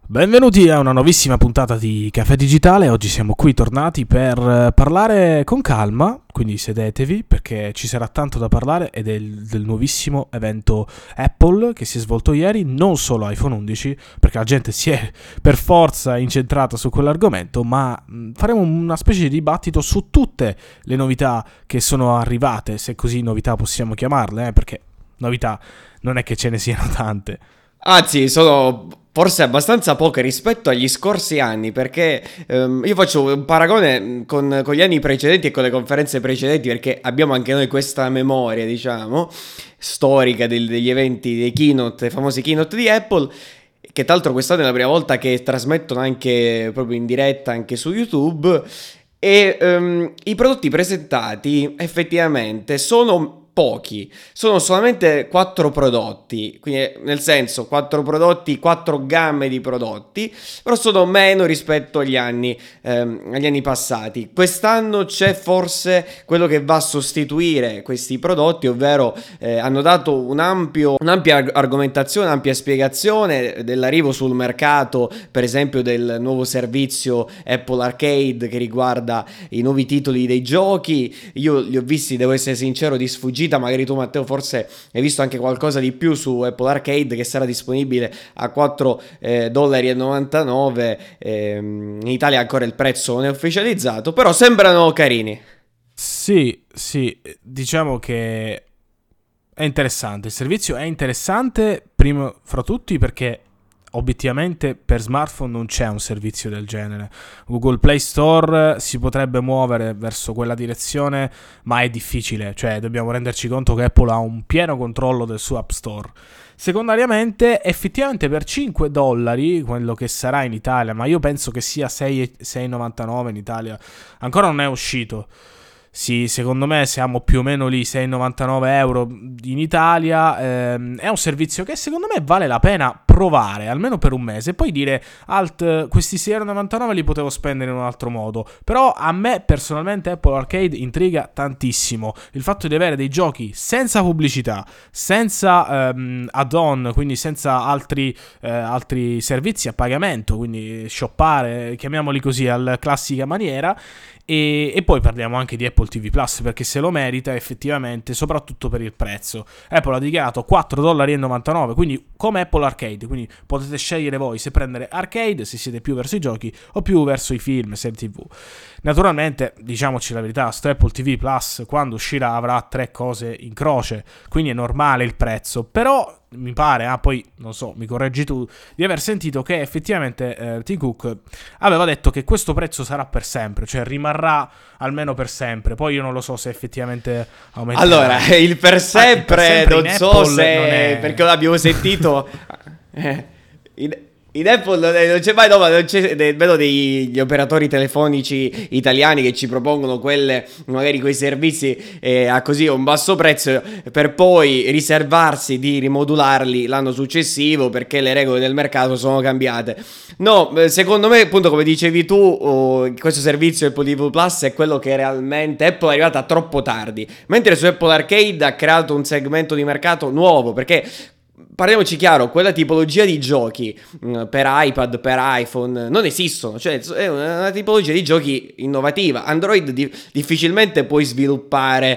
Benvenuti a una nuovissima puntata di Caffè Digitale. Oggi siamo qui tornati per parlare con calma, quindi sedetevi perché ci sarà tanto da parlare ed è del nuovissimo evento Apple che si è svolto ieri, non solo iPhone 11, perché la gente si è per forza incentrata su quell'argomento, ma faremo una specie di dibattito su tutte le novità che sono arrivate, se così novità possiamo chiamarle, perché novità non è che ce ne siano tante. Anzi, sono forse abbastanza poche rispetto agli scorsi anni, perché io faccio un paragone con gli anni precedenti e con le conferenze precedenti, perché abbiamo anche noi questa memoria, diciamo, storica degli eventi, dei keynote, i famosi keynote di Apple, che tra l'altro quest'anno è la prima volta che trasmettono anche proprio in diretta anche su YouTube. E i prodotti presentati effettivamente sono pochi, sono solamente 4 prodotti, quindi nel senso 4 prodotti, 4 gamme di prodotti, però sono meno rispetto agli anni passati. Quest'anno c'è forse quello che va a sostituire questi prodotti, ovvero hanno dato un'ampia argomentazione, un'ampia spiegazione dell'arrivo sul mercato, per esempio del nuovo servizio Apple Arcade che riguarda i nuovi titoli dei giochi. Io li ho visti, devo essere sincero, di sfuggita. Magari tu, Matteo, forse hai visto anche qualcosa di più su Apple Arcade, che sarà disponibile a 4,99 $. In Italia ancora il prezzo non è ufficializzato, però sembrano carini. Sì, diciamo che è interessante. Il servizio è interessante, primo fra tutti, perché obiettivamente per smartphone non c'è un servizio del genere. Google Play Store si potrebbe muovere verso quella direzione, ma è difficile, cioè dobbiamo renderci conto che Apple ha un pieno controllo del suo App Store. Secondariamente, effettivamente per $5, quello che sarà in Italia, ma io penso che sia 6,99 in Italia, ancora non è uscito. Sì, secondo me siamo più o meno lì, 6,99 euro in Italia. È un servizio che secondo me vale la pena provare, almeno per un mese, e poi dire, questi 6,99 li potevo spendere in un altro modo. Però a me personalmente Apple Arcade intriga tantissimo. Il fatto di avere dei giochi senza pubblicità, senza add-on, quindi senza altri servizi a pagamento, quindi shoppare, chiamiamoli così, alla classica maniera. E poi parliamo anche di Apple TV Plus, perché se lo merita effettivamente, soprattutto per il prezzo. Apple ha dichiarato $4,99, quindi come Apple Arcade, quindi potete scegliere voi se prendere Arcade, se siete più verso i giochi o più verso i film, serie TV. Naturalmente, diciamoci la verità, sto Apple TV Plus quando uscirà avrà 3 cose in croce, quindi è normale il prezzo, però mi pare, poi non so, mi correggi tu, di aver sentito che effettivamente Tim Cook aveva detto che questo prezzo sarà per sempre, cioè rimarrà almeno per sempre. Poi io non lo so se effettivamente aumenterà. Allora, il per sempre in non so Apple se, non è... perché l'abbiamo sentito. in, in Apple non c'è mai, no, ma non c'è, vedo degli operatori telefonici italiani che ci propongono magari quei servizi a così un basso prezzo, per poi riservarsi di rimodularli l'anno successivo perché le regole del mercato sono cambiate. No, secondo me, appunto, come dicevi tu, questo servizio Apple TV Plus è quello che realmente Apple è arrivata troppo tardi, mentre su Apple Arcade ha creato un segmento di mercato nuovo, perché parliamoci chiaro, quella tipologia di giochi per iPad, per iPhone non esistono, cioè è una tipologia di giochi innovativa. Android difficilmente puoi sviluppare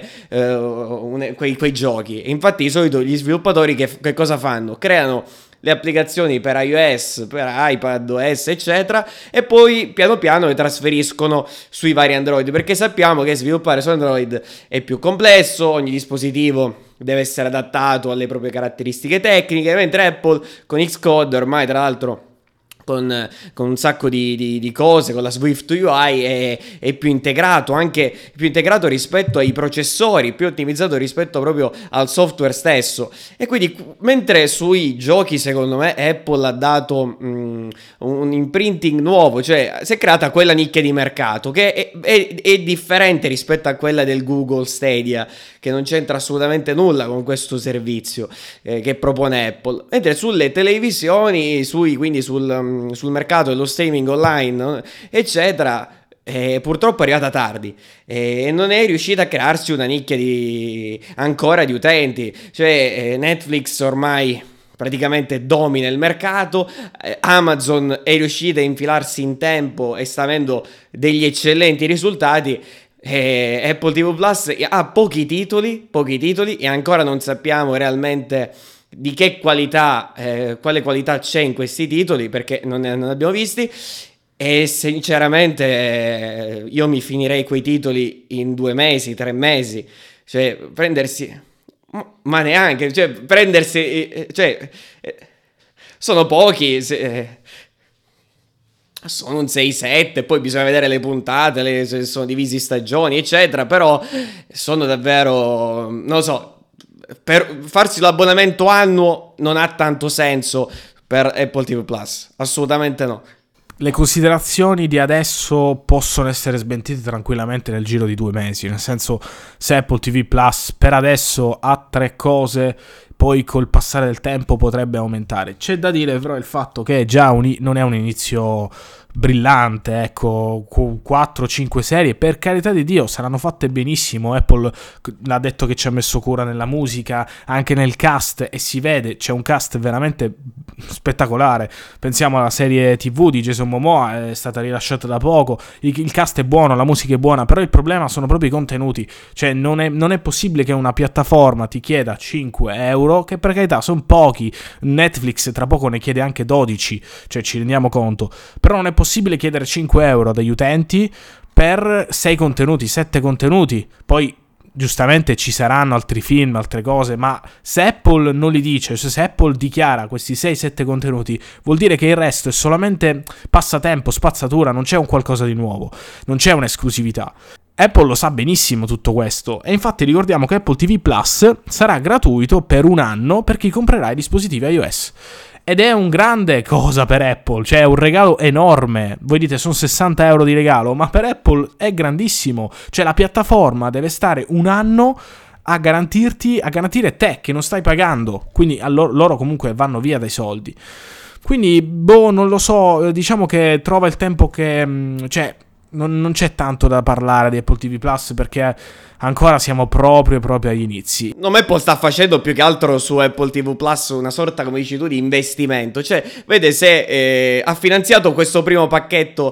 quei giochi. E infatti di solito gli sviluppatori che cosa fanno? Creano le applicazioni per iOS, per iPad OS, eccetera, e poi piano piano le trasferiscono sui vari Android, perché sappiamo che sviluppare su Android è più complesso, ogni dispositivo deve essere adattato alle proprie caratteristiche tecniche, mentre Apple con Xcode ormai, tra l'altro, con un sacco di cose, con la Swift UI è più integrato, anche più integrato rispetto ai processori, più ottimizzato rispetto proprio al software stesso. E quindi, mentre sui giochi secondo me Apple ha dato un imprinting nuovo, cioè si è creata quella nicchia di mercato che è differente rispetto a quella del Google Stadia, che non c'entra assolutamente nulla con questo servizio che propone Apple. Mentre sulle televisioni, quindi sul mercato dello streaming online, eccetera, purtroppo è arrivata tardi e non è riuscita a crearsi una nicchia ancora di utenti. Cioè Netflix ormai praticamente domina il mercato. Amazon è riuscita a infilarsi in tempo e sta avendo degli eccellenti risultati. Apple TV Plus ha pochi titoli e ancora non sappiamo realmente di che qualità, quale qualità c'è in questi titoli, perché non abbiamo visti. E sinceramente io mi finirei quei titoli in 2 mesi, 3 mesi. Cioè prendersi, ma neanche, cioè prendersi, sono pochi, sono un 6-7, poi bisogna vedere le puntate, se sono divisi stagioni, eccetera, però sono davvero, non lo so, per farsi l'abbonamento annuo non ha tanto senso per Apple TV Plus, assolutamente no. Le considerazioni di adesso possono essere smentite tranquillamente nel giro di 2 mesi, nel senso, se Apple TV Plus per adesso ha 3 cose, poi col passare del tempo potrebbe aumentare. C'è da dire però il fatto che già non è un inizio brillante, ecco, 4-5 serie, per carità di Dio, saranno fatte benissimo. Apple l'ha detto che ci ha messo cura nella musica, anche nel cast, e si vede, c'è un cast veramente spettacolare. Pensiamo alla serie TV di Jason Momoa, è stata rilasciata da poco, il cast è buono, la musica è buona, però il problema sono proprio i contenuti. Cioè non è possibile che una piattaforma ti chieda 5 euro, che per carità sono pochi, Netflix tra poco ne chiede anche 12, cioè ci rendiamo conto, però non è possibile chiedere 5 euro dagli utenti per 6 contenuti, 7 contenuti. Poi giustamente ci saranno altri film, altre cose, ma se Apple non li dice, cioè se Apple dichiara questi 6-7 contenuti, vuol dire che il resto è solamente passatempo, spazzatura, non c'è un qualcosa di nuovo, non c'è un'esclusività. Apple lo sa benissimo tutto questo, e infatti ricordiamo che Apple TV Plus sarà gratuito per 1 anno per chi comprerà i dispositivi iOS. Ed è un grande cosa per Apple, cioè è un regalo enorme. Voi dite sono 60 euro di regalo, ma per Apple è grandissimo. Cioè la piattaforma deve stare 1 anno a garantire te che non stai pagando. Quindi loro comunque vanno via dai soldi. Quindi, non lo so, diciamo che trova il tempo che... cioè, non c'è tanto da parlare di Apple TV Plus perché ancora siamo proprio agli inizi. No, Apple sta facendo più che altro su Apple TV Plus una sorta, come dici tu, di investimento. Cioè, vede se ha finanziato questo primo pacchetto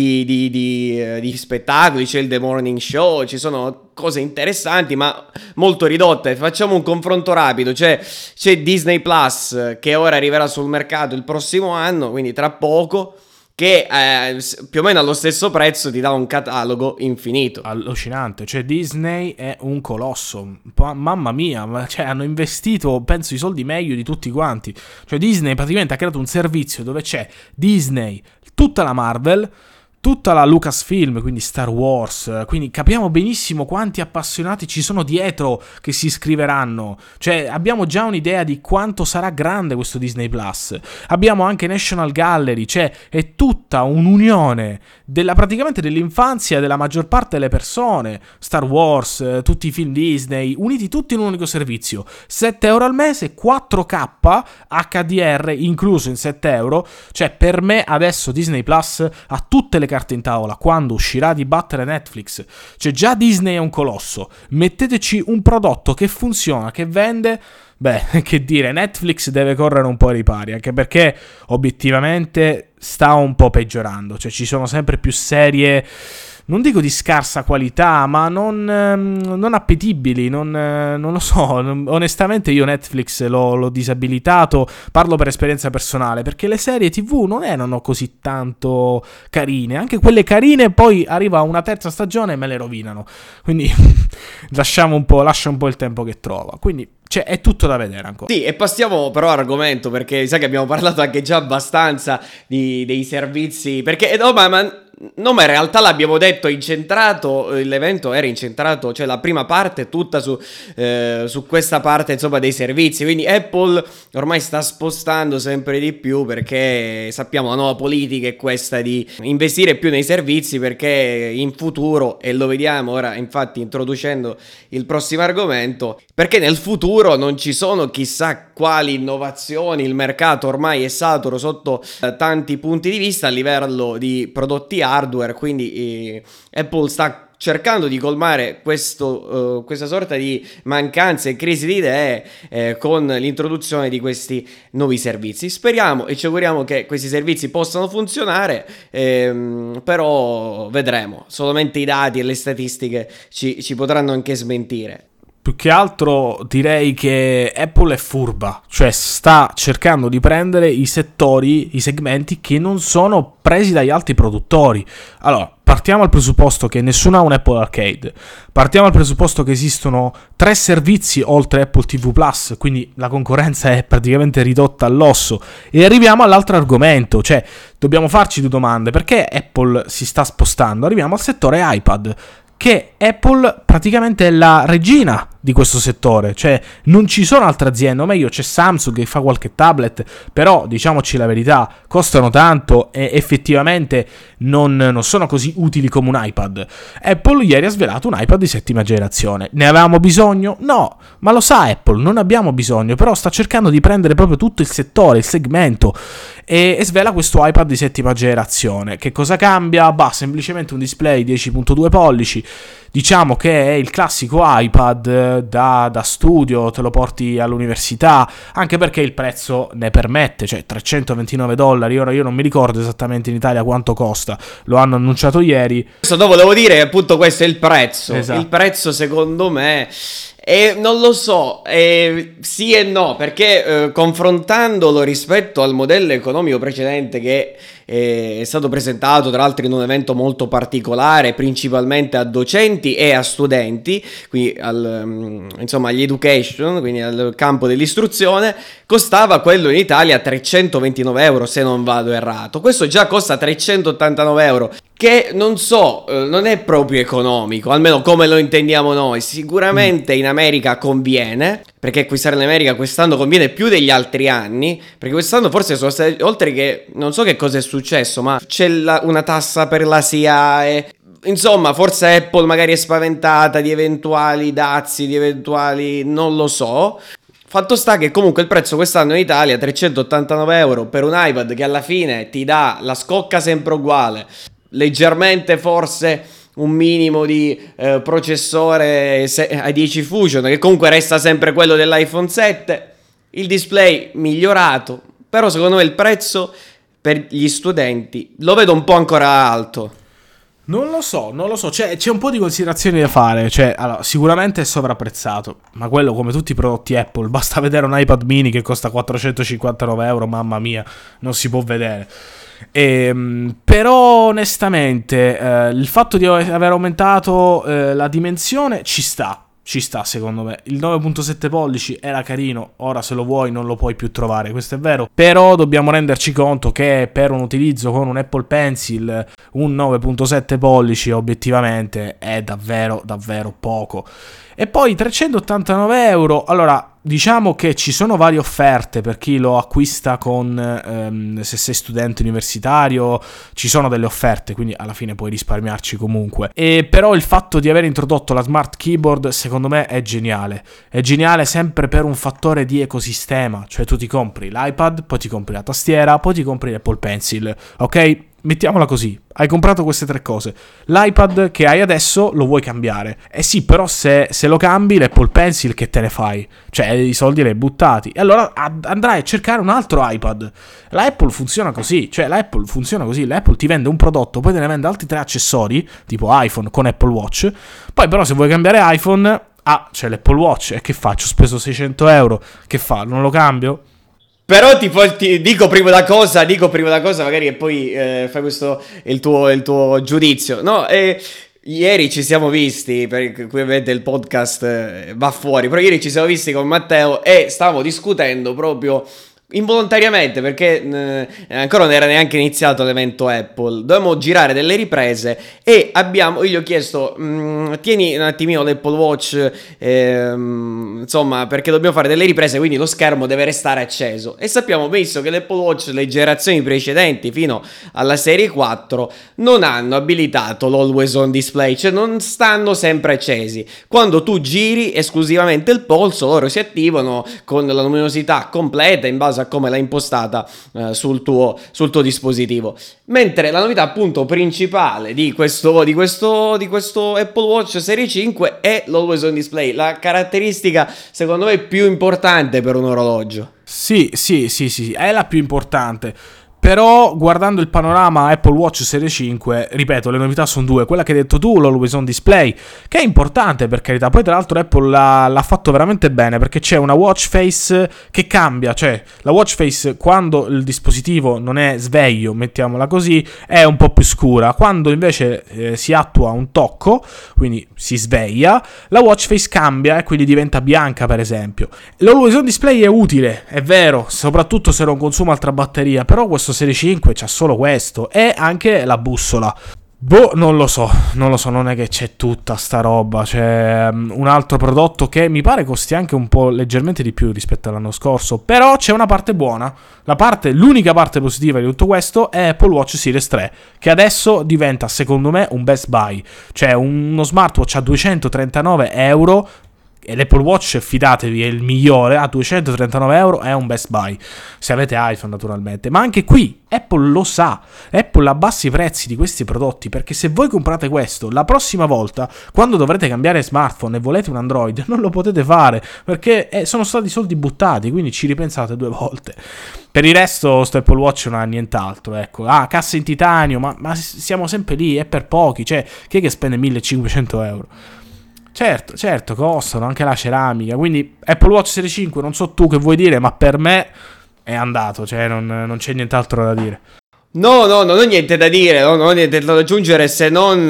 di spettacoli, c'è il The Morning Show, ci sono cose interessanti ma molto ridotte. Facciamo un confronto rapido, c'è Disney Plus che ora arriverà sul mercato il prossimo anno, quindi tra poco, che più o meno allo stesso prezzo ti dà un catalogo infinito. Allucinante, cioè Disney è un colosso, mamma mia, cioè hanno investito penso i soldi meglio di tutti quanti. Cioè Disney praticamente ha creato un servizio dove c'è Disney, tutta la Marvel, tutta la Lucasfilm, quindi Star Wars, quindi capiamo benissimo quanti appassionati ci sono dietro che si iscriveranno. Cioè abbiamo già un'idea di quanto sarà grande questo Disney Plus. Abbiamo anche National Gallery, cioè è tutta un'unione praticamente dell'infanzia della maggior parte delle persone. Star Wars, tutti i film Disney, uniti tutti in un unico servizio. 7 euro al mese, 4K HDR incluso in 7 euro. Cioè per me adesso Disney Plus ha tutte le carte in tavola quando uscirà di battere Netflix. Cioè già Disney è un colosso, metteteci un prodotto che funziona, che vende. Beh, che dire, Netflix deve correre un po' ai ripari, anche perché obiettivamente sta un po' peggiorando. Cioè ci sono sempre più serie, non dico di scarsa qualità, ma non appetibili, non lo so. Onestamente io Netflix l'ho disabilitato, parlo per esperienza personale, perché le serie TV non erano così tanto carine. Anche quelle carine poi arriva una terza stagione e me le rovinano. Quindi lascia un po' il tempo che trova. Quindi cioè, è tutto da vedere ancora. Sì, e passiamo però all'argomento, perché sai che abbiamo parlato anche già abbastanza dei servizi, perché no, ma in realtà l'abbiamo detto, l'evento era incentrato, cioè la prima parte tutta su questa parte, insomma, dei servizi. Quindi Apple ormai sta spostando sempre di più, perché sappiamo la nuova politica è questa di investire più nei servizi, perché in futuro, e lo vediamo ora infatti introducendo il prossimo argomento, perché nel futuro non ci sono chissà quali innovazioni, il mercato ormai è saturo sotto tanti punti di vista a livello di prodotti hardware, quindi Apple sta cercando di colmare questa sorta di mancanze e crisi di idee con l'introduzione di questi nuovi servizi. Speriamo e ci auguriamo che questi servizi possano funzionare, però vedremo. Solamente i dati e le statistiche ci potranno anche smentire. Più che altro direi che Apple è furba, cioè sta cercando di prendere i settori, i segmenti che non sono presi dagli altri produttori. Allora, partiamo dal presupposto che nessuno ha un Apple Arcade, partiamo dal presupposto che esistono 3 servizi oltre Apple TV Plus, quindi la concorrenza è praticamente ridotta all'osso, e arriviamo all'altro argomento, cioè dobbiamo farci 2 domande: perché Apple si sta spostando? Arriviamo al settore iPad, che Apple praticamente è la regina di questo settore, cioè non ci sono altre aziende, o meglio c'è Samsung che fa qualche tablet, però diciamoci la verità, costano tanto e effettivamente non sono così utili come un iPad. Apple ieri ha svelato un iPad di 7ª generazione, ne avevamo bisogno? No, ma lo sa Apple, non abbiamo bisogno, però sta cercando di prendere proprio tutto il settore, il segmento, e svela questo iPad di 7ª generazione. Che cosa cambia? Bah, semplicemente un display 10.2 pollici, diciamo che è il classico iPad da studio, te lo porti all'università, anche perché il prezzo ne permette, cioè $329. Ora io non mi ricordo esattamente in Italia quanto costa, lo hanno annunciato ieri. Questo dopo volevo dire che appunto questo è il prezzo. Esatto. Il prezzo secondo me non lo so, sì e no, perché confrontandolo rispetto al modello economico precedente che è stato presentato tra l'altro in un evento molto particolare, principalmente a docenti e a studenti, quindi insomma agli education, quindi al campo dell'istruzione, costava quello in Italia €329 se non vado errato. Questo già costa €389, che non so, non è proprio economico, almeno come lo intendiamo noi. Sicuramente in America conviene, perché acquistare in America quest'anno conviene più degli altri anni, perché quest'anno forse sono stati, oltre che, non so che cosa è successo, ma c'è una tassa per la SIAE. Insomma, forse Apple magari è spaventata di eventuali dazi, di eventuali, non lo so. Fatto sta che comunque il prezzo quest'anno in Italia, €389 per un iPad che alla fine ti dà la scocca sempre uguale, leggermente forse un minimo di processore A10 Fusion, che comunque resta sempre quello dell'iPhone 7, il display migliorato, però secondo me il prezzo per gli studenti lo vedo un po' ancora alto. Non lo so, c'è un po' di considerazioni da fare, cioè, allora, sicuramente è sovrapprezzato, ma quello come tutti i prodotti Apple, basta vedere un iPad mini che costa €459, mamma mia, non si può vedere. Però onestamente il fatto di aver aumentato la dimensione ci sta secondo me. Il 9.7 pollici era carino, ora se lo vuoi non lo puoi più trovare, questo è vero, però dobbiamo renderci conto che per un utilizzo con un Apple Pencil un 9.7 pollici obiettivamente è davvero poco. E poi €389, allora diciamo che ci sono varie offerte per chi lo acquista con se sei studente universitario, ci sono delle offerte, quindi alla fine puoi risparmiarci comunque. E però il fatto di aver introdotto la Smart Keyboard secondo me è geniale sempre per un fattore di ecosistema, cioè tu ti compri l'iPad, poi ti compri la tastiera, poi ti compri l'Apple Pencil, ok? Mettiamola così, hai comprato queste 3 cose, l'iPad che hai adesso lo vuoi cambiare, sì, però se lo cambi l'Apple Pencil che te ne fai? Cioè i soldi li hai buttati, e allora andrai a cercare un altro iPad. L'Apple funziona così, l'Apple ti vende un prodotto, poi te ne vende altri 3 accessori tipo iPhone con Apple Watch, poi però se vuoi cambiare iPhone, c'è l'Apple Watch, e che faccio? Ho speso €600, che fa? Non lo cambio? Però ti dico prima da cosa, magari, e poi fai questo il tuo giudizio. No, ieri ci siamo visti, per cui vedete il podcast va fuori, però ieri ci siamo visti con Matteo e stavamo discutendo proprio involontariamente, perché ancora non era neanche iniziato l'evento Apple, dovevamo girare delle riprese e io gli ho chiesto tieni un attimino l'Apple Watch, insomma, perché dobbiamo fare delle riprese, quindi lo schermo deve restare acceso, e sappiamo benissimo che l'Apple Watch, le generazioni precedenti fino alla serie 4, non hanno abilitato l'Always On Display, cioè non stanno sempre accesi. Quando tu giri esclusivamente il polso, loro si attivano con la luminosità completa in base base a come l'hai impostata sul tuo dispositivo. Mentre la novità appunto principale di questo Apple Watch Serie 5 è l'Always On Display, la caratteristica secondo me più importante per un orologio. Sì, è la più importante. Però guardando il panorama Apple Watch Serie 5, ripeto, le novità sono due. Quella che hai detto tu, l'Always On Display, che è importante per carità. Poi tra l'altro Apple l'ha fatto veramente bene, perché c'è una watch face che cambia. Cioè la watch face quando il dispositivo non è sveglio, mettiamola così, è un po' più scura. Quando invece si attua un tocco, quindi si sveglia, la watch face cambia e quindi diventa bianca, per esempio. L'Always On Display è utile, è vero, soprattutto se non consuma altra batteria, però questo Serie 5 c'ha solo questo e anche la bussola. Non lo so, non è che c'è tutta sta roba. C'è un altro prodotto che mi pare costi anche un po' leggermente di più rispetto all'anno scorso, però c'è una parte buona. L'unica parte positiva di tutto questo è Apple Watch Series 3, che adesso diventa secondo me un best buy. Cioè uno smartwatch a 239 euro, e l'Apple Watch, fidatevi, è il migliore, a 239 euro è un best buy, se avete iPhone naturalmente. Ma anche qui Apple lo sa, Apple abbassa i prezzi di questi prodotti, perché se voi comprate questo, la prossima volta, quando dovrete cambiare smartphone e volete un Android, non lo potete fare, perché sono stati soldi buttati, quindi ci ripensate 2 volte. Per il resto sto Apple Watch non ha nient'altro, ecco. Cassa in titanio, ma siamo sempre lì, è per pochi, cioè chi è che spende 1500 euro? Certo, costano anche la ceramica. Quindi Apple Watch Serie 5, non so tu che vuoi dire, ma per me è andato, cioè non c'è nient'altro da dire. No, non ho niente da dire, non ho niente da aggiungere, se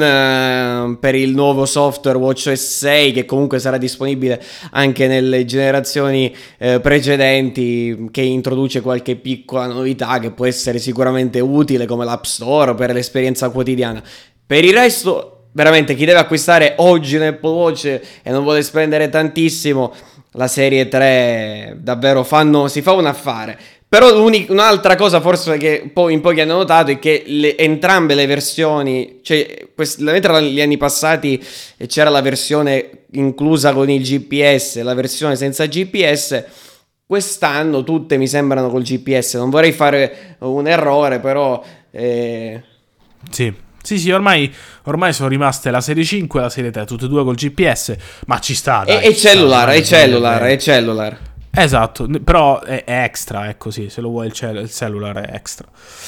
non per il nuovo software WatchOS 6, che comunque sarà disponibile anche nelle generazioni precedenti, che introduce qualche piccola novità che può essere sicuramente utile, come l'App Store per l'esperienza quotidiana. Per il resto, veramente, chi deve acquistare oggi un Apple Watch e non vuole spendere tantissimo, la serie 3 davvero si fa un affare. Però un'altra cosa forse che in pochi hanno notato è che entrambe le versioni, cioè mentre gli anni passati c'era la versione inclusa con il GPS e la versione senza GPS, quest'anno tutte mi sembrano col GPS. Non vorrei fare un errore, però Sì, ormai sono rimaste la serie 5 e la serie 3, tutte e due col GPS, ma ci sta, dai. È cellular. Esatto, però è extra, è così, se lo vuoi il cellular è extra.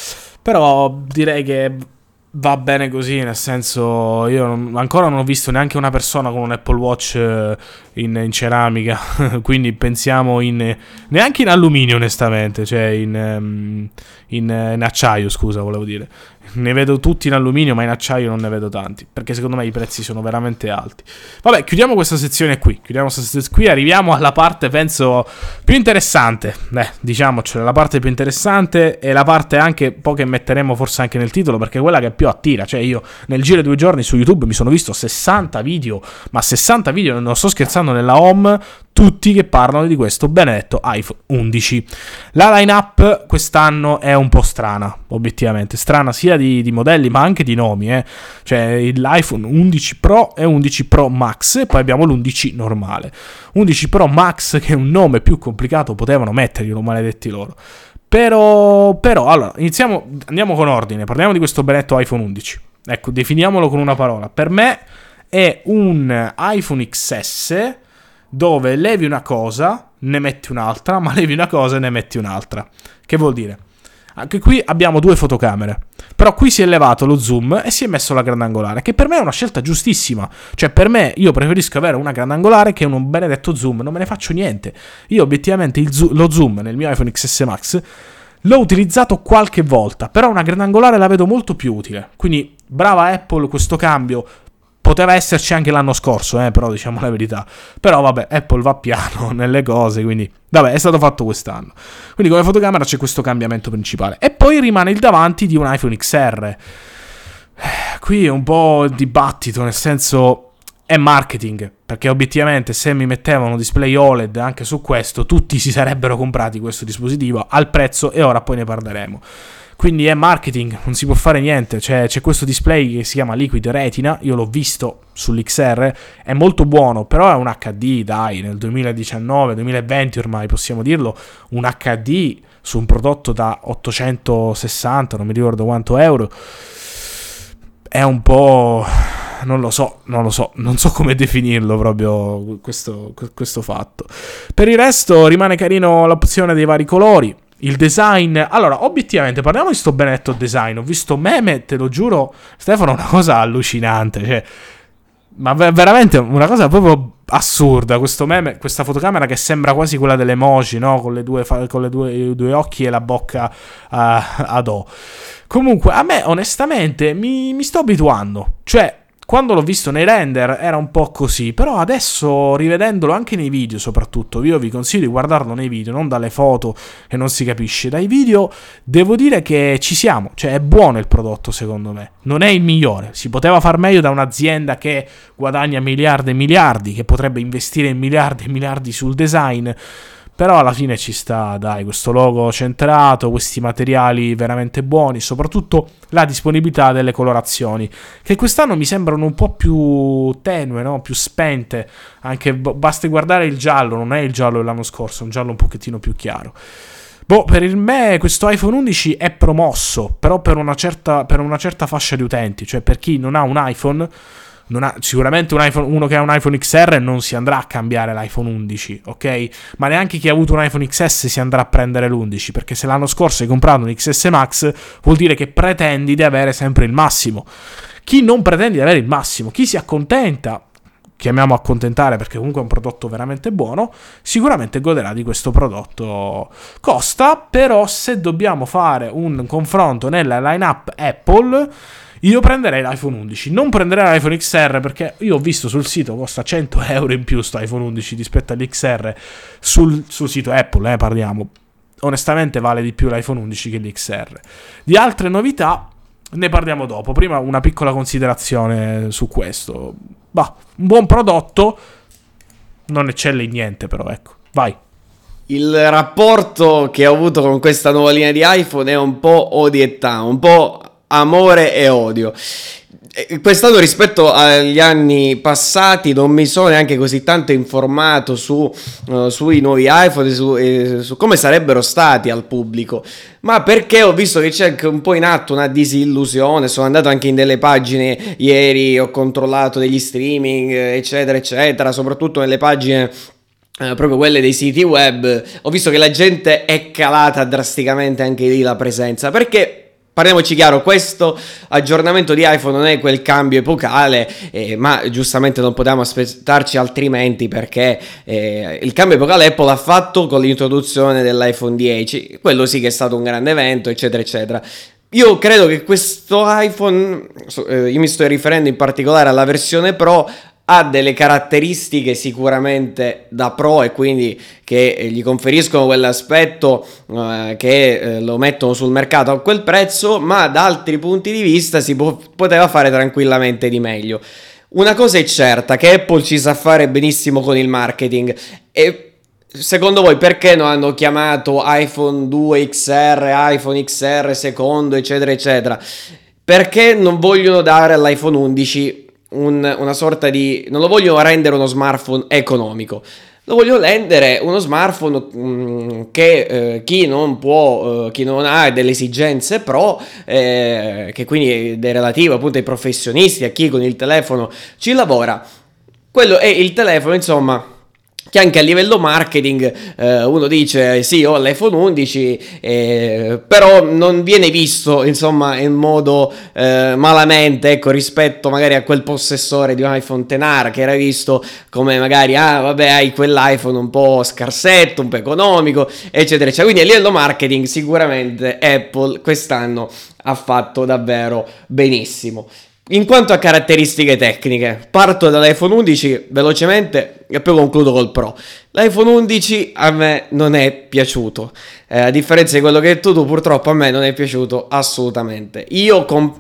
Però direi che va bene così, nel senso, io ancora non ho visto neanche una persona con un Apple Watch in ceramica, quindi pensiamo neanche in alluminio, onestamente, cioè in acciaio, scusa, volevo dire. Ne vedo tutti in alluminio, ma in acciaio non ne vedo tanti, perché secondo me i prezzi sono veramente alti. Vabbè, chiudiamo questa sezione qui, arriviamo alla parte, penso, più interessante. Diciamocelo, la parte più interessante e la parte anche poi che metteremo forse anche nel titolo, perché è quella che più attira. Cioè io nel giro di 2 giorni su YouTube mi sono visto 60 video, ma 60 video, non sto scherzando, nella home, tutti che parlano di questo benedetto iPhone 11. La line-up quest'anno è un po' strana, obiettivamente, strana sia di modelli ma anche di nomi, Cioè l'iPhone 11 Pro e 11 Pro Max, e poi abbiamo l'11 normale. 11 Pro Max, che è un nome più complicato potevano metterglielo, maledetti loro. Però allora, andiamo con ordine, parliamo di questo benedetto iPhone 11. Ecco, definiamolo con una parola. Per me è un iPhone XS dove levi una cosa, ne metti un'altra, ma levi una cosa e ne metti un'altra. Che vuol dire? Anche qui abbiamo 2 fotocamere, però qui si è levato lo zoom e si è messo la grandangolare, che per me è una scelta giustissima. Cioè, per me, io preferisco avere una grandangolare che un benedetto zoom, non me ne faccio niente. Io obiettivamente lo zoom nel mio iPhone XS Max l'ho utilizzato qualche volta, però una grandangolare la vedo molto più utile. Quindi brava Apple, questo cambio. Poteva esserci anche l'anno scorso, però diciamo la verità. Però vabbè, Apple va piano nelle cose, quindi vabbè, è stato fatto quest'anno. Quindi come fotocamera c'è questo cambiamento principale. E poi rimane il davanti di un iPhone XR. Qui è un po' dibattito, nel senso è marketing, perché obiettivamente se mi mettevano display OLED anche su questo, tutti si sarebbero comprati questo dispositivo al prezzo, e ora poi ne parleremo. quindi è marketing, non si può fare niente. C'è questo display che si chiama Liquid Retina, io l'ho visto sull'XR, è molto buono, però è un HD, dai, nel 2019-2020 ormai possiamo dirlo, un HD su un prodotto da 860, non mi ricordo quanto euro, è un po'... non lo so, non so come definirlo proprio questo fatto. Per il resto rimane carino l'opzione dei vari colori, il design. Allora, obiettivamente, parliamo di sto benedetto design. Ho visto meme, te lo giuro, Stefano, una cosa allucinante, cioè, ma veramente una cosa proprio assurda. Questo meme, questa fotocamera che sembra quasi quella delle emoji, no? Con le due occhi e la bocca ad O. Comunque, a me onestamente mi sto abituando. Cioè, quando l'ho visto nei render era un po' così, però adesso rivedendolo anche nei video soprattutto, io vi consiglio di guardarlo nei video, non dalle foto che non si capisce, dai video devo dire che ci siamo, cioè è buono il prodotto secondo me, non è il migliore, si poteva far meglio da un'azienda che guadagna miliardi e miliardi, che potrebbe investire miliardi e miliardi sul design, però alla fine ci sta, dai, questo logo centrato, questi materiali veramente buoni, soprattutto la disponibilità delle colorazioni, che quest'anno mi sembrano un po' più tenue, no? Più spente, anche basti guardare il giallo, non è il giallo dell'anno scorso, è un giallo un pochettino più chiaro. Per me questo iPhone 11 è promosso, però per una certa fascia di utenti, cioè per chi non ha un iPhone... sicuramente uno che ha un iPhone XR non si andrà a cambiare l'iPhone 11, ok? Ma neanche chi ha avuto un iPhone XS si andrà a prendere l'11, perché se l'anno scorso hai comprato un XS Max vuol dire che pretendi di avere sempre il massimo. Chi non pretende di avere il massimo, chi si accontenta, chiamiamo accontentare perché comunque è un prodotto veramente buono, sicuramente goderà di questo prodotto. Costa, però se dobbiamo fare un confronto nella lineup Apple, io prenderei l'iPhone 11, non prenderei l'iPhone XR perché io ho visto sul sito costa 100 euro in più sto iPhone 11 rispetto all'XR sul sito Apple, parliamo. Onestamente vale di più l'iPhone 11 che l'XR. Di altre novità ne parliamo dopo, prima una piccola considerazione su questo. Un buon prodotto, non eccelle in niente però, ecco, vai. Il rapporto che ho avuto con questa nuova linea di iPhone è un po' odietà, un po' amore e odio. Quest'anno rispetto agli anni passati non mi sono neanche così tanto informato sui nuovi iPhone, su come sarebbero stati al pubblico, ma perché ho visto che c'è anche un po' in atto una disillusione. Sono andato anche in delle pagine ieri, ho controllato degli streaming eccetera eccetera, soprattutto nelle pagine proprio quelle dei siti web. Ho visto che la gente è calata drasticamente anche lì la presenza, perché parliamoci chiaro, questo aggiornamento di iPhone non è quel cambio epocale, ma giustamente non potevamo aspettarci altrimenti, perché il cambio epocale Apple ha fatto con l'introduzione dell'iPhone 10, quello sì che è stato un grande evento, eccetera eccetera. Io credo che questo iPhone, io mi sto riferendo in particolare alla versione Pro, ha delle caratteristiche sicuramente da pro e quindi che gli conferiscono quell'aspetto che lo mettono sul mercato a quel prezzo, ma da altri punti di vista si poteva fare tranquillamente di meglio. Una cosa è certa, che Apple ci sa fare benissimo con il marketing. E secondo voi perché non hanno chiamato iPhone 2 XR, iPhone XR secondo, eccetera eccetera? Perché non vogliono dare all'iPhone 11 una sorta di... non lo vogliono rendere uno smartphone economico, lo voglio rendere uno smartphone che chi non può, chi non ha delle esigenze pro, che quindi è relativo appunto ai professionisti, a chi con il telefono ci lavora. Quello è il telefono, insomma, che anche a livello marketing uno dice sì, ho l'iPhone 11, però non viene visto insomma in modo malamente, ecco, rispetto magari a quel possessore di un iPhone XR che era visto come magari hai quell'iPhone un po' scarsetto, un po' economico, eccetera eccetera. Quindi a livello marketing sicuramente Apple quest'anno ha fatto davvero benissimo. In quanto a caratteristiche tecniche, parto dall'iPhone 11 velocemente e poi concludo col Pro. L'iPhone 11 a me non è piaciuto, a differenza di quello che hai detto tu, purtroppo a me non è piaciuto assolutamente.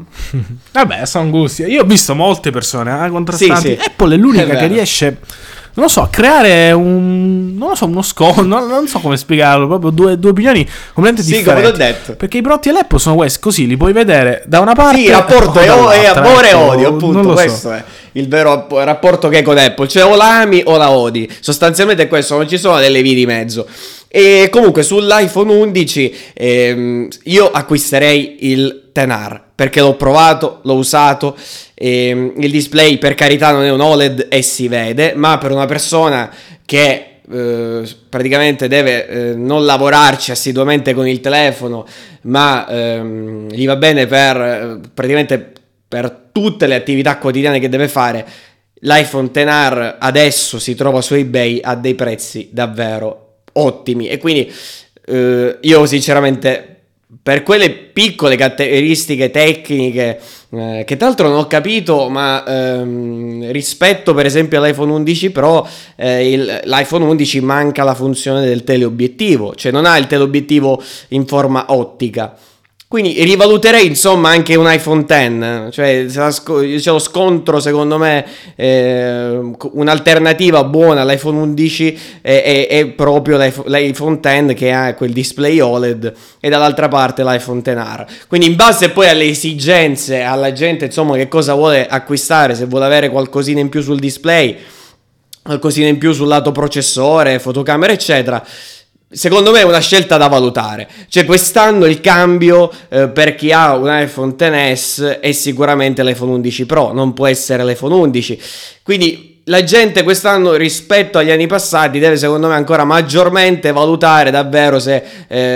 Vabbè, sono gusti. Io ho visto molte persone contrastanti. Sì. Apple è l'unica che riesce non lo so, creare uno scontro, non so come spiegarlo, proprio due opinioni completamente differenti. Come l'ho detto. Perché i prodotti dell'Apple sono questi, così li puoi vedere da una parte. Sì, il rapporto è amore e odio, appunto, questo so. è il vero rapporto che hai con Apple, cioè o la ami o la odi, sostanzialmente è questo, non ci sono delle vie di mezzo. E comunque sull'iPhone 11 io acquisterei il XR perché l'ho provato, l'ho usato, il display per carità non è un OLED e si vede, ma per una persona che praticamente deve non lavorarci assiduamente con il telefono, ma gli va bene per praticamente per tutte le attività quotidiane che deve fare, l'iPhone XR adesso si trova su eBay a dei prezzi davvero ottimi, e quindi io sinceramente per quelle piccole caratteristiche tecniche che tra l'altro non ho capito, ma rispetto per esempio all'iPhone 11 Pro, l'iPhone 11 manca la funzione del teleobiettivo, cioè non ha il teleobiettivo in forma ottica. Quindi rivaluterei insomma anche un iPhone X, cioè c'è lo scontro secondo me, un'alternativa buona all'iPhone 11 è proprio l'iPhone X che ha quel display OLED e dall'altra parte l'iPhone XR. Quindi in base poi alle esigenze, alla gente insomma che cosa vuole acquistare, se vuole avere qualcosina in più sul display, qualcosina in più sul lato processore, fotocamera eccetera, secondo me è una scelta da valutare. Cioè quest'anno il cambio per chi ha un iPhone XS è sicuramente l'iPhone 11 Pro, non può essere l'iPhone 11. Quindi la gente quest'anno rispetto agli anni passati deve secondo me ancora maggiormente valutare davvero se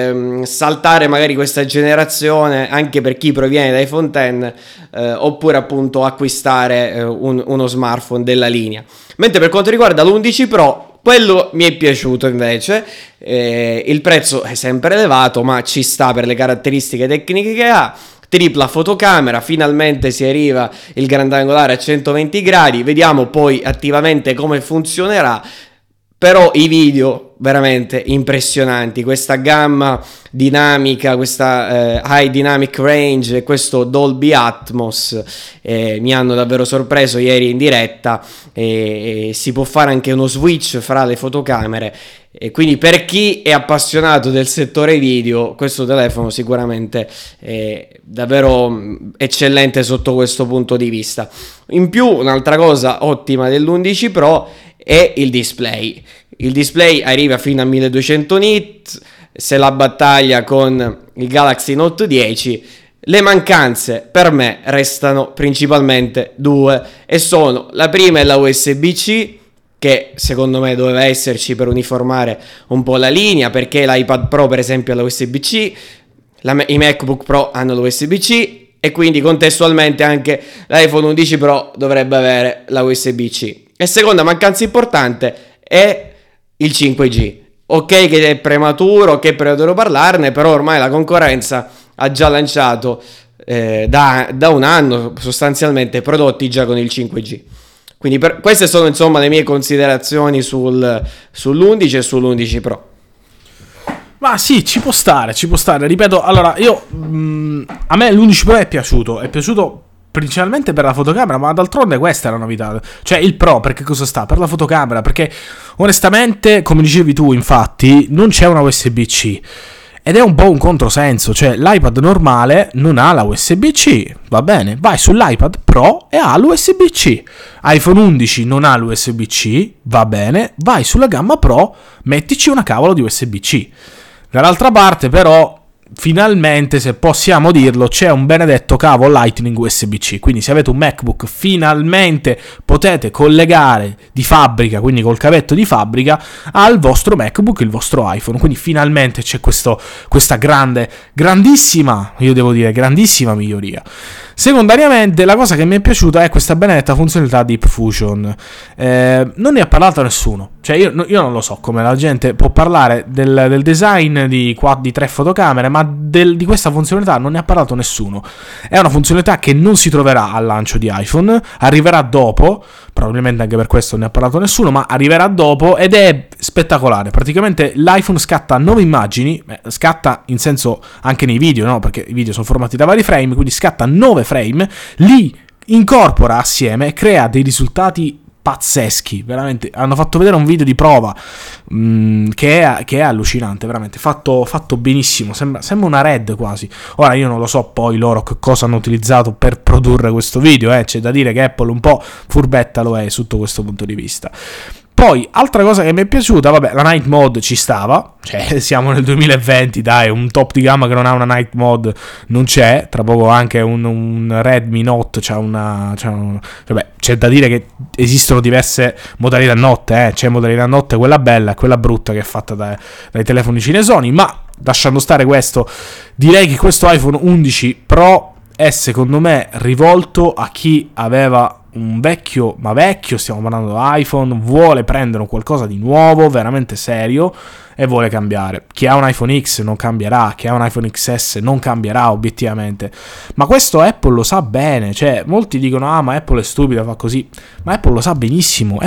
saltare magari questa generazione anche per chi proviene da iPhone X oppure appunto acquistare uno smartphone della linea. Mentre per quanto riguarda l'11 Pro, quello mi è piaciuto invece, il prezzo è sempre elevato ma ci sta per le caratteristiche tecniche che ha, tripla fotocamera, finalmente si arriva il grandangolare a 120 gradi, vediamo poi attivamente come funzionerà, però i video veramente impressionanti, questa gamma dinamica, questa high dynamic range, questo Dolby Atmos mi hanno davvero sorpreso ieri in diretta, si può fare anche uno switch fra le fotocamere, e quindi per chi è appassionato del settore video questo telefono sicuramente è davvero eccellente sotto questo punto di vista. In più un'altra cosa ottima dell'11 Pro è il display. Il display arriva fino a 1200 nit, se la battaglia con il Galaxy Note 10. Le mancanze per me restano principalmente due e sono: la prima è la USB-C, che secondo me doveva esserci per uniformare un po' la linea, perché l'iPad Pro per esempio ha la USB-C, i MacBook Pro hanno la USB-C e quindi contestualmente anche l'iPhone 11 Pro dovrebbe avere la USB-C. E seconda mancanza importante è il 5G. Ok che è prematuro parlarne, però ormai la concorrenza ha già lanciato da un anno sostanzialmente prodotti già con il 5G. Quindi queste sono insomma le mie considerazioni sull'11 e sull'11 Pro. Ma sì, ci può stare, ripeto, allora io a me l'11 Pro è piaciuto principalmente per la fotocamera, ma d'altronde questa è la novità, cioè il Pro perché cosa sta? Per la fotocamera, perché onestamente come dicevi tu infatti non c'è una USB-C ed è un po' un controsenso, cioè l'iPad normale non ha la USB-C, va bene, vai sull'iPad Pro e ha l'USB-C, iPhone 11 non ha l'USB-C, va bene, vai sulla gamma Pro, mettici una cavolo di USB-C. Dall'altra parte però finalmente, se possiamo dirlo, c'è un benedetto cavo Lightning USB-C, quindi se avete un MacBook finalmente potete collegare di fabbrica, quindi col cavetto di fabbrica, al vostro MacBook il vostro iPhone, quindi finalmente c'è questa grandissima miglioria. Secondariamente la cosa che mi è piaciuta è questa benedetta funzionalità Deep Fusion. Non ne ha parlato nessuno, cioè io non lo so come la gente può parlare del design di 3 fotocamere, ma di questa funzionalità non ne ha parlato nessuno. È una funzionalità che non si troverà al lancio di iPhone, arriverà dopo, probabilmente anche per questo non ne ha parlato nessuno, ma arriverà dopo ed è spettacolare. Praticamente l'iPhone scatta 9 immagini, scatta in senso anche nei video, no? Perché i video sono formati da vari frame, quindi scatta 9 frame, li incorpora assieme e crea dei risultati pazzeschi, veramente. Hanno fatto vedere un video di prova che è allucinante, veramente fatto benissimo, sembra una Red quasi. Ora io non lo so poi loro che cosa hanno utilizzato per produrre questo video, c'è da dire che Apple un po' furbetta lo è sotto questo punto di vista. Poi, altra cosa che mi è piaciuta, vabbè, la night mode ci stava, cioè siamo nel 2020, dai, un top di gamma che non ha una night mode non c'è, tra poco anche un Redmi Note vabbè, c'è da dire che esistono diverse modalità notte, c'è modalità notte quella bella e quella brutta che è fatta dai telefoni cinesoni, ma lasciando stare questo, direi che questo iPhone 11 Pro è secondo me rivolto a chi aveva un vecchio, stiamo parlando di iPhone, vuole prendere un qualcosa di nuovo, veramente serio, e vuole cambiare. Chi ha un iPhone X non cambierà, chi ha un iPhone XS non cambierà obiettivamente, ma questo Apple lo sa bene, cioè molti dicono ma Apple è stupida, fa così, ma Apple lo sa benissimo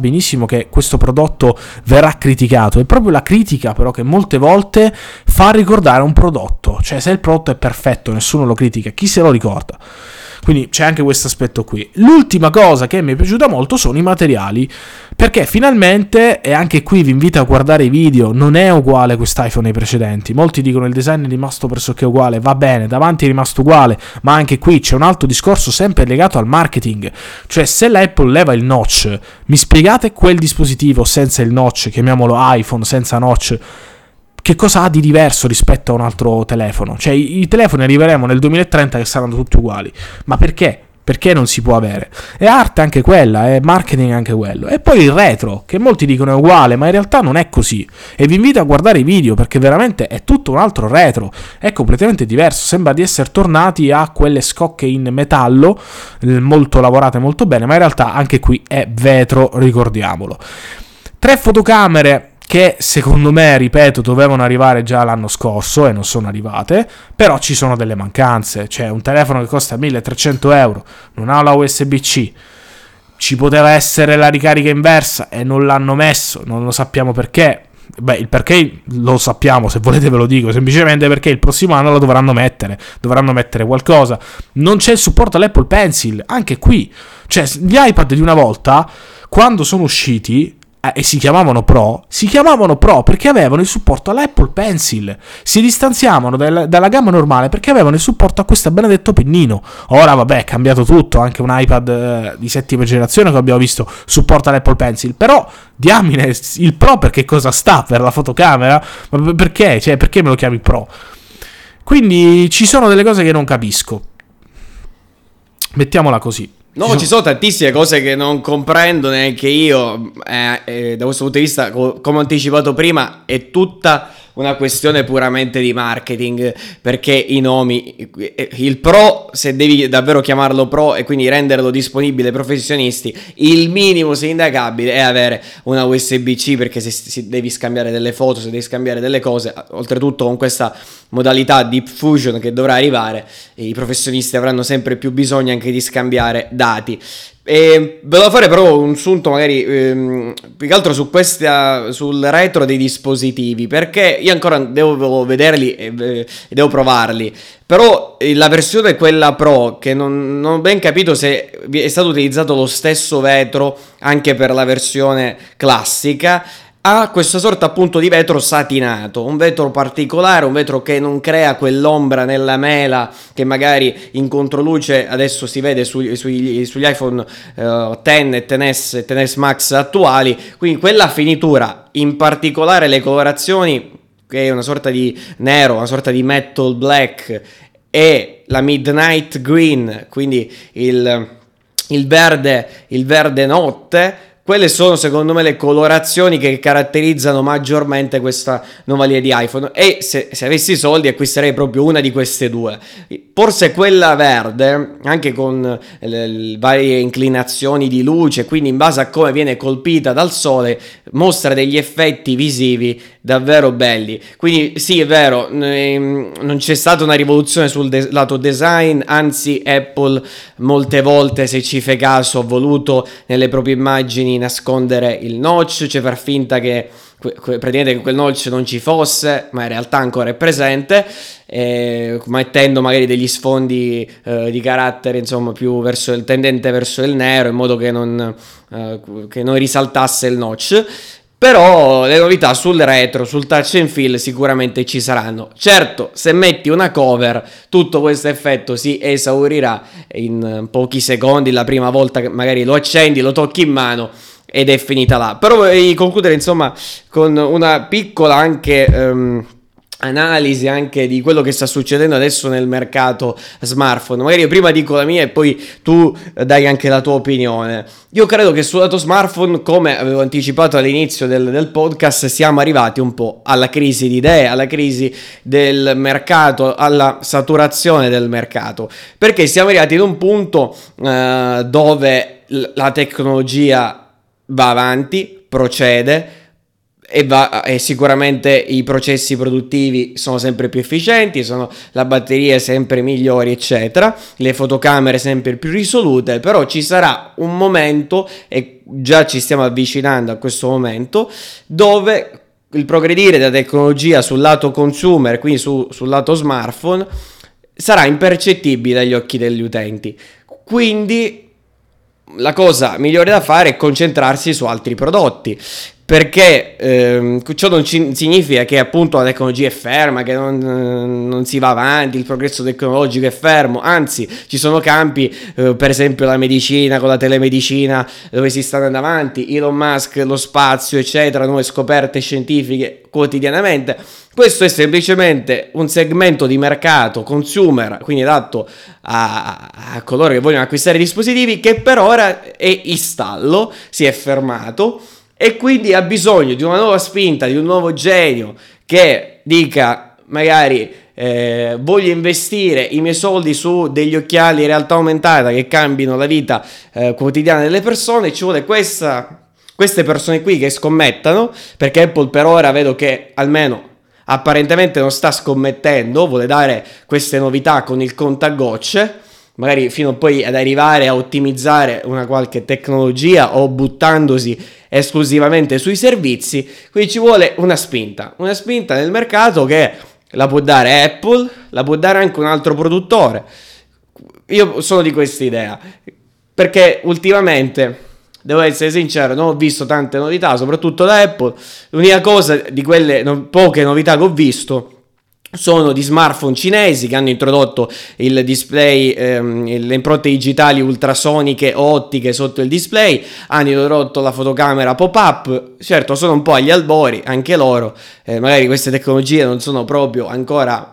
che questo prodotto verrà criticato, è proprio la critica però che molte volte fa ricordare un prodotto, cioè se il prodotto è perfetto nessuno lo critica, chi se lo ricorda? Quindi c'è anche questo aspetto qui. L'ultima cosa che mi è piaciuta molto sono i materiali, perché finalmente, e anche qui vi invito a guardare i video, non è uguale quest'iPhone ai precedenti. Molti dicono il design è rimasto pressoché uguale, va bene, davanti è rimasto uguale, ma anche qui c'è un altro discorso sempre legato al marketing. Cioè se la Apple leva il notch, mi spiegate quel dispositivo senza il notch, chiamiamolo iPhone senza notch, che cosa ha di diverso rispetto a un altro telefono? Cioè i telefoni arriveremo nel 2030 che saranno tutti uguali, ma perché? Perché non si può avere? È arte anche quella, è marketing anche quello. E poi il retro, che molti dicono è uguale, ma in realtà non è così. E vi invito a guardare i video, perché veramente è tutto un altro retro, è completamente diverso, sembra di essere tornati a quelle scocche in metallo, molto lavorate molto bene, ma in realtà anche qui è vetro, ricordiamolo. 3 fotocamere che secondo me, ripeto, dovevano arrivare già l'anno scorso e non sono arrivate, però ci sono delle mancanze, cioè un telefono che costa 1.300 euro, non ha la USB-C, ci poteva essere la ricarica inversa e non l'hanno messo, non lo sappiamo perché. Beh, il perché lo sappiamo, se volete ve lo dico, semplicemente perché il prossimo anno lo dovranno mettere qualcosa. Non c'è il supporto all'Apple Pencil, anche qui, cioè gli iPad di una volta, quando sono usciti, e si chiamavano Pro perché avevano il supporto all'Apple Pencil, si distanziavano dalla gamma normale perché avevano il supporto a questo benedetto pennino. Ora vabbè, è cambiato tutto, anche un iPad di 7ª generazione che abbiamo visto supporta l'Apple Pencil, però diamine, il Pro perché cosa sta? Per la fotocamera? Ma perché? Cioè, perché me lo chiami Pro? Quindi ci sono delle cose che non capisco, mettiamola così. No, ci sono tantissime cose che non comprendo neanche io, da questo punto di vista, come ho anticipato prima, è tutta una questione puramente di marketing, perché i nomi, il Pro, se devi davvero chiamarlo Pro e quindi renderlo disponibile ai professionisti, il minimo sindacabile è avere una USB-C, perché se devi scambiare delle foto, se devi scambiare delle cose, oltretutto con questa modalità Deep Fusion che dovrà arrivare, i professionisti avranno sempre più bisogno anche di scambiare dati. E volevo fare però un sunto magari più che altro sul retro dei dispositivi, perché io ancora devo vederli e devo provarli, però la versione quella Pro, che non ho ben capito se è stato utilizzato lo stesso vetro anche per la versione classica, ha questa sorta appunto di vetro satinato, un vetro particolare, un vetro che non crea quell'ombra nella mela che magari in controluce adesso si vede sugli iPhone X e XS Max attuali, quindi quella finitura, in particolare le colorazioni, che è una sorta di nero, una sorta di metal black, e la midnight green, quindi il verde notte. Quelle sono secondo me le colorazioni che caratterizzano maggiormente questa nuova linea di iPhone, e se avessi soldi acquisterei proprio una di queste due. Forse quella verde, anche con le varie inclinazioni di luce, quindi in base a come viene colpita dal sole, mostra degli effetti visivi davvero belli. Quindi sì, è vero, non c'è stata una rivoluzione sul lato design, anzi Apple molte volte, se ci fai caso, ha voluto nelle proprie immagini nascondere il notch, cioè far finta che praticamente che quel notch non ci fosse, ma in realtà ancora è presente, mettendo magari degli sfondi di carattere, insomma, più tendente verso il nero, in modo che non risaltasse il notch. Però le novità sul retro, sul touch and feel sicuramente ci saranno. Certo, se metti una cover, tutto questo effetto si esaurirà in pochi secondi, la prima volta che magari lo accendi, lo tocchi in mano ed è finita là. Però vorrei concludere, insomma, con una piccola anche analisi anche di quello che sta succedendo adesso nel mercato smartphone. Magari io prima dico la mia e poi tu dai anche la tua opinione. Io credo che sul lato smartphone, come avevo anticipato all'inizio del podcast, siamo arrivati un po' alla crisi di idee, alla crisi del mercato, alla saturazione del mercato, perché siamo arrivati ad un punto dove la tecnologia va avanti, procede, e sicuramente i processi produttivi sono sempre più efficienti, la batteria è sempre migliori, eccetera, le fotocamere sempre più risolute. Però ci sarà un momento, e già ci stiamo avvicinando a questo momento, dove il progredire della tecnologia sul lato consumer, quindi sul lato smartphone, sarà impercettibile agli occhi degli utenti. Quindi la cosa migliore da fare è concentrarsi su altri prodotti, perché ciò non significa che appunto la tecnologia è ferma, che non si va avanti, il progresso tecnologico è fermo. Anzi, ci sono campi, per esempio la medicina, con la telemedicina, dove si sta andando avanti, Elon Musk, lo spazio, eccetera, nuove scoperte scientifiche quotidianamente. Questo è semplicemente un segmento di mercato consumer, quindi adatto a coloro che vogliono acquistare dispositivi, che per ora è in stallo, si è fermato, e quindi ha bisogno di una nuova spinta, di un nuovo genio che dica magari voglio investire i miei soldi su degli occhiali in realtà aumentata che cambino la vita quotidiana delle persone. Ci vuole queste persone qui che scommettano, perché Apple per ora vedo che almeno apparentemente non sta scommettendo, vuole dare queste novità con il contagocce, magari fino poi ad arrivare a ottimizzare una qualche tecnologia o buttandosi esclusivamente sui servizi. Quindi ci vuole una spinta nel mercato, che la può dare Apple, la può dare anche un altro produttore. Io sono di questa idea, perché ultimamente, devo essere sincero, non ho visto tante novità, soprattutto da Apple. L'unica cosa di quelle poche novità che ho visto sono di smartphone cinesi che hanno introdotto il display, le impronte digitali ultrasoniche o ottiche sotto il display, hanno introdotto la fotocamera pop-up. Certo, sono un po' agli albori anche loro, magari queste tecnologie non sono proprio ancora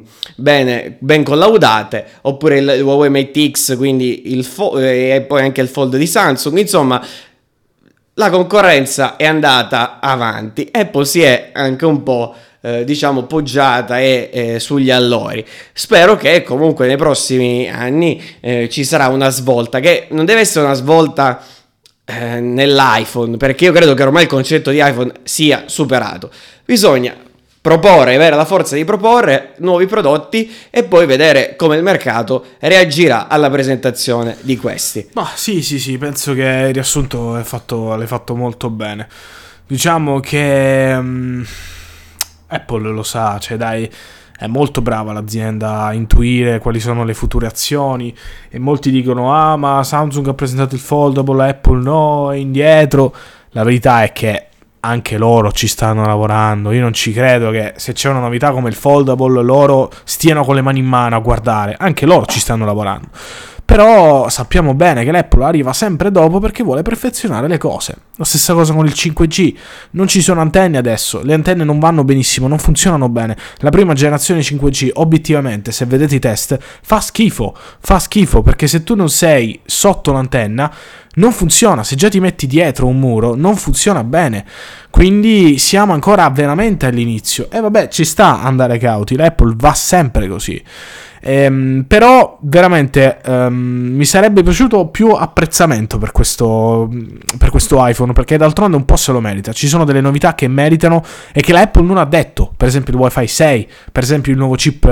ben collaudate, oppure il Huawei Mate X, quindi e poi anche il Fold di Samsung. Insomma, la concorrenza è andata avanti, Apple si è anche un po' poggiata sugli allori. Spero che comunque nei prossimi anni ci sarà una svolta, che non deve essere una svolta nell'iPhone, perché io credo che ormai il concetto di iPhone sia superato. Bisogna proporre, avere la forza di proporre nuovi prodotti e poi vedere come il mercato reagirà alla presentazione di questi. Ma sì, penso che il riassunto l'hai fatto molto bene. Diciamo che Apple lo sa, cioè dai, è molto brava l'azienda a intuire quali sono le future azioni, e molti dicono ma Samsung ha presentato il foldable, Apple no, è indietro. La verità è che anche loro ci stanno lavorando. Io non ci credo che se c'è una novità come il foldable loro stiano con le mani in mano a guardare. Anche loro ci stanno lavorando. Però sappiamo bene che l'Apple arriva sempre dopo perché vuole perfezionare le cose. La stessa cosa con il 5G. Non ci sono antenne adesso, le antenne non vanno benissimo, non funzionano bene. La prima generazione 5G, obiettivamente, se vedete i test, fa schifo perché se tu non sei sotto l'antenna non funziona. Se già ti metti dietro un muro non funziona bene. Quindi siamo ancora veramente all'inizio. E vabbè, ci sta andare cauti, l'Apple va sempre così. Però veramente mi sarebbe piaciuto più apprezzamento per questo iPhone, perché d'altronde un po' se lo merita. Ci sono delle novità che meritano e che la Apple non ha detto, per esempio il Wi-Fi 6, per esempio il nuovo chip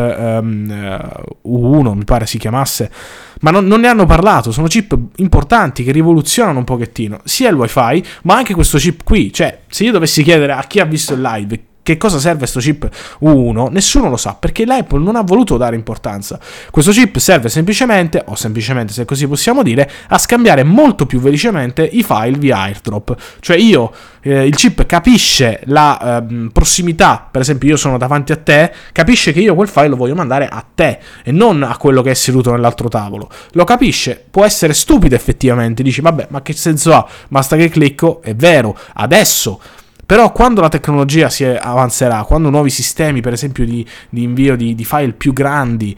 U1 mi pare si chiamasse, ma non ne hanno parlato. Sono chip importanti che rivoluzionano un pochettino sia il Wi-Fi ma anche questo chip qui. Cioè, se io dovessi chiedere a chi ha visto il live che cosa serve questo chip U1, nessuno lo sa, perché l'Apple non ha voluto dare importanza. Questo chip serve semplicemente, o semplicemente se così possiamo dire, a scambiare molto più velocemente i file via AirDrop. Cioè il chip capisce la prossimità, per esempio io sono davanti a te, capisce che io quel file lo voglio mandare a te e non a quello che è seduto nell'altro tavolo. Lo capisce, può essere stupido effettivamente, dici vabbè, ma che senso ha? Basta che clicco, è vero, adesso. Però quando la tecnologia si avanzerà, quando nuovi sistemi per esempio di invio di file più grandi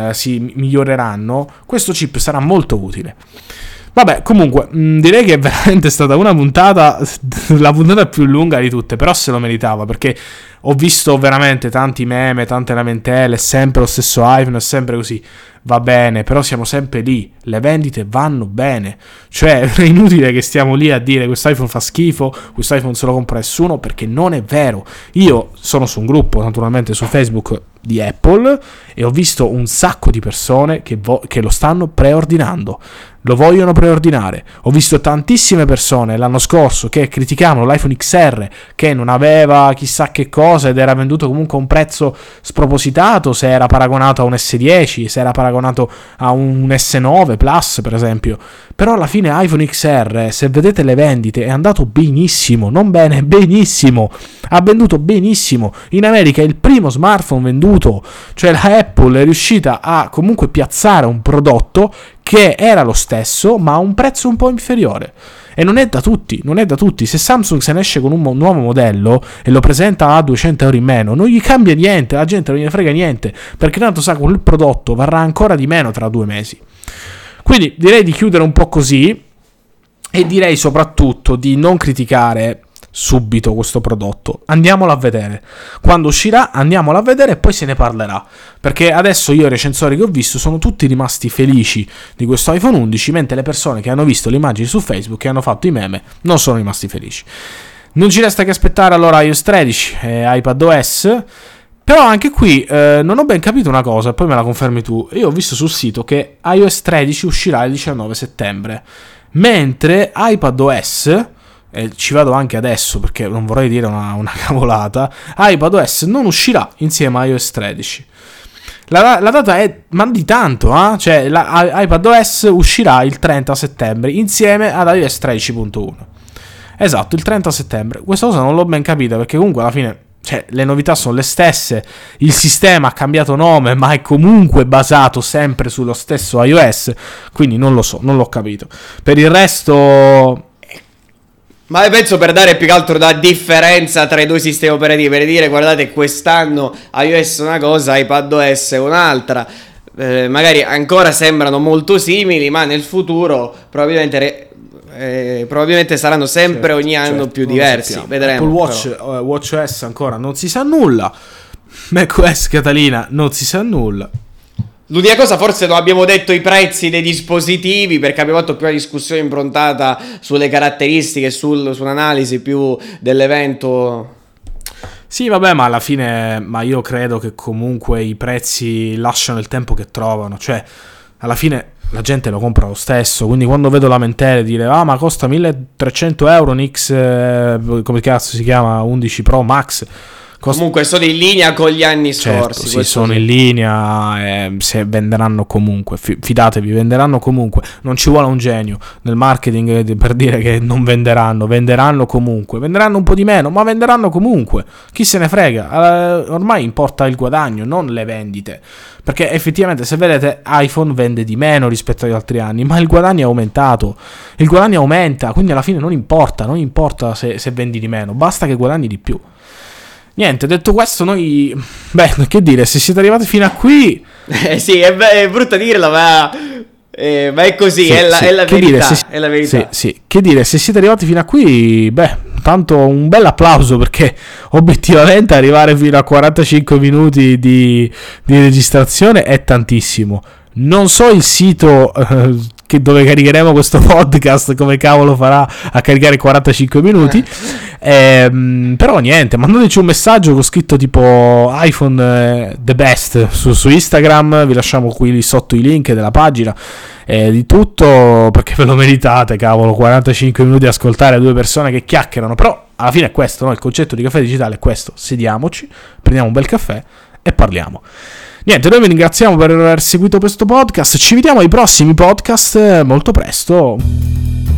si miglioreranno, questo chip sarà molto utile. Vabbè, comunque, direi che è veramente stata una puntata, la puntata più lunga di tutte, però se lo meritava, perché ho visto veramente tanti meme, tante lamentele, è sempre lo stesso iPhone, è sempre così. Va bene, però siamo sempre lì, le vendite vanno bene, cioè è inutile che stiamo lì a dire questo iPhone fa schifo, questo iPhone non se lo compra nessuno, perché non è vero. Io sono su un gruppo naturalmente su Facebook di Apple e ho visto un sacco di persone che lo stanno preordinando, lo vogliono preordinare. Ho visto tantissime persone l'anno scorso che criticavano l'iPhone XR, che non aveva chissà che cosa ed era venduto comunque a un prezzo spropositato se era paragonato a un S10, se era paragonato a un S9 Plus per esempio. Però alla fine iPhone XR, se vedete le vendite, è andato benissimo, non bene, benissimo, ha venduto benissimo. In America è il primo smartphone venduto, cioè la Apple è riuscita a comunque piazzare un prodotto che era lo stesso ma a un prezzo un po' inferiore. E non è da tutti, non è da tutti. Se Samsung se ne esce con un nuovo modello e lo presenta a 200 euro in meno, non gli cambia niente, la gente non gli frega niente, perché tanto sa che quel prodotto varrà ancora di meno tra 2 mesi. Quindi direi di chiudere un po' così e direi soprattutto di non criticare subito questo prodotto. Andiamolo a vedere. Quando uscirà andiamolo a vedere e poi se ne parlerà, perché adesso io e i recensori che ho visto sono tutti rimasti felici di questo iPhone 11, mentre le persone che hanno visto le immagini su Facebook e hanno fatto i meme non sono rimasti felici. Non ci resta che aspettare allora iOS 13 e iPadOS. Però anche qui non ho ben capito una cosa, e poi me la confermi tu. Io ho visto sul sito che iOS 13 uscirà il 19 settembre, mentre iPadOS, ci vado anche adesso perché non vorrei dire una cavolata, iPadOS non uscirà insieme a iOS 13. La data è, ma di tanto, cioè iPadOS uscirà il 30 settembre insieme ad iOS 13.1. Esatto, il 30 settembre. Questa cosa non l'ho ben capita perché comunque alla fine, cioè, le novità sono le stesse, il sistema ha cambiato nome ma è comunque basato sempre sullo stesso iOS, quindi non lo so, non l'ho capito. Per il resto... Ma penso per dare più che altro la differenza tra i due sistemi operativi, per dire guardate quest'anno iOS è una cosa, iPadOS è un'altra, magari ancora sembrano molto simili ma nel futuro probabilmente saranno sempre ogni anno più diversi, vedremo. Apple WatchOS ancora non si sa nulla, macOS Catalina non si sa nulla. L'unica cosa, forse non abbiamo detto i prezzi dei dispositivi perché abbiamo fatto più una discussione improntata sulle caratteristiche, su un'analisi più dell'evento. Sì, vabbè, ma alla fine, ma io credo che comunque i prezzi lasciano il tempo che trovano, cioè alla fine la gente lo compra lo stesso, quindi quando vedo lamentele dire ma costa 1300 euro un X, come cazzo si chiama, 11 Pro Max, comunque sono in linea con gli anni scorsi. Sì, sono in linea, se venderanno comunque, fidatevi, venderanno comunque, non ci vuole un genio nel marketing per dire che non venderanno comunque, venderanno un po' di meno, ma venderanno comunque, chi se ne frega, ormai importa il guadagno, non le vendite, perché effettivamente se vedete iPhone vende di meno rispetto agli altri anni, ma il guadagno è aumentato, il guadagno aumenta, quindi alla fine non importa se vendi di meno, basta che guadagni di più. Niente, detto questo noi... Beh, che dire, se siete arrivati fino a qui... Sì, è brutto dirlo, ma... Ma è così, sì, è la che verità. Dire, è la verità. Sì. Che dire, se siete arrivati fino a qui, tanto un bel applauso, perché obiettivamente arrivare fino a 45 minuti di registrazione è tantissimo. Non so il sito dove caricheremo questo podcast, come cavolo farà a caricare 45 minuti. Però niente, mandateci un messaggio con scritto tipo iPhone the best su Instagram. Vi lasciamo qui lì sotto i link della pagina, di tutto, perché ve lo meritate, cavolo. 45 minuti di ascoltare due persone che chiacchierano. Però alla fine è questo, no? Il concetto di caffè digitale è questo: sediamoci, prendiamo un bel caffè e parliamo. Niente, noi vi ringraziamo per aver seguito questo podcast. Ci vediamo ai prossimi podcast molto presto.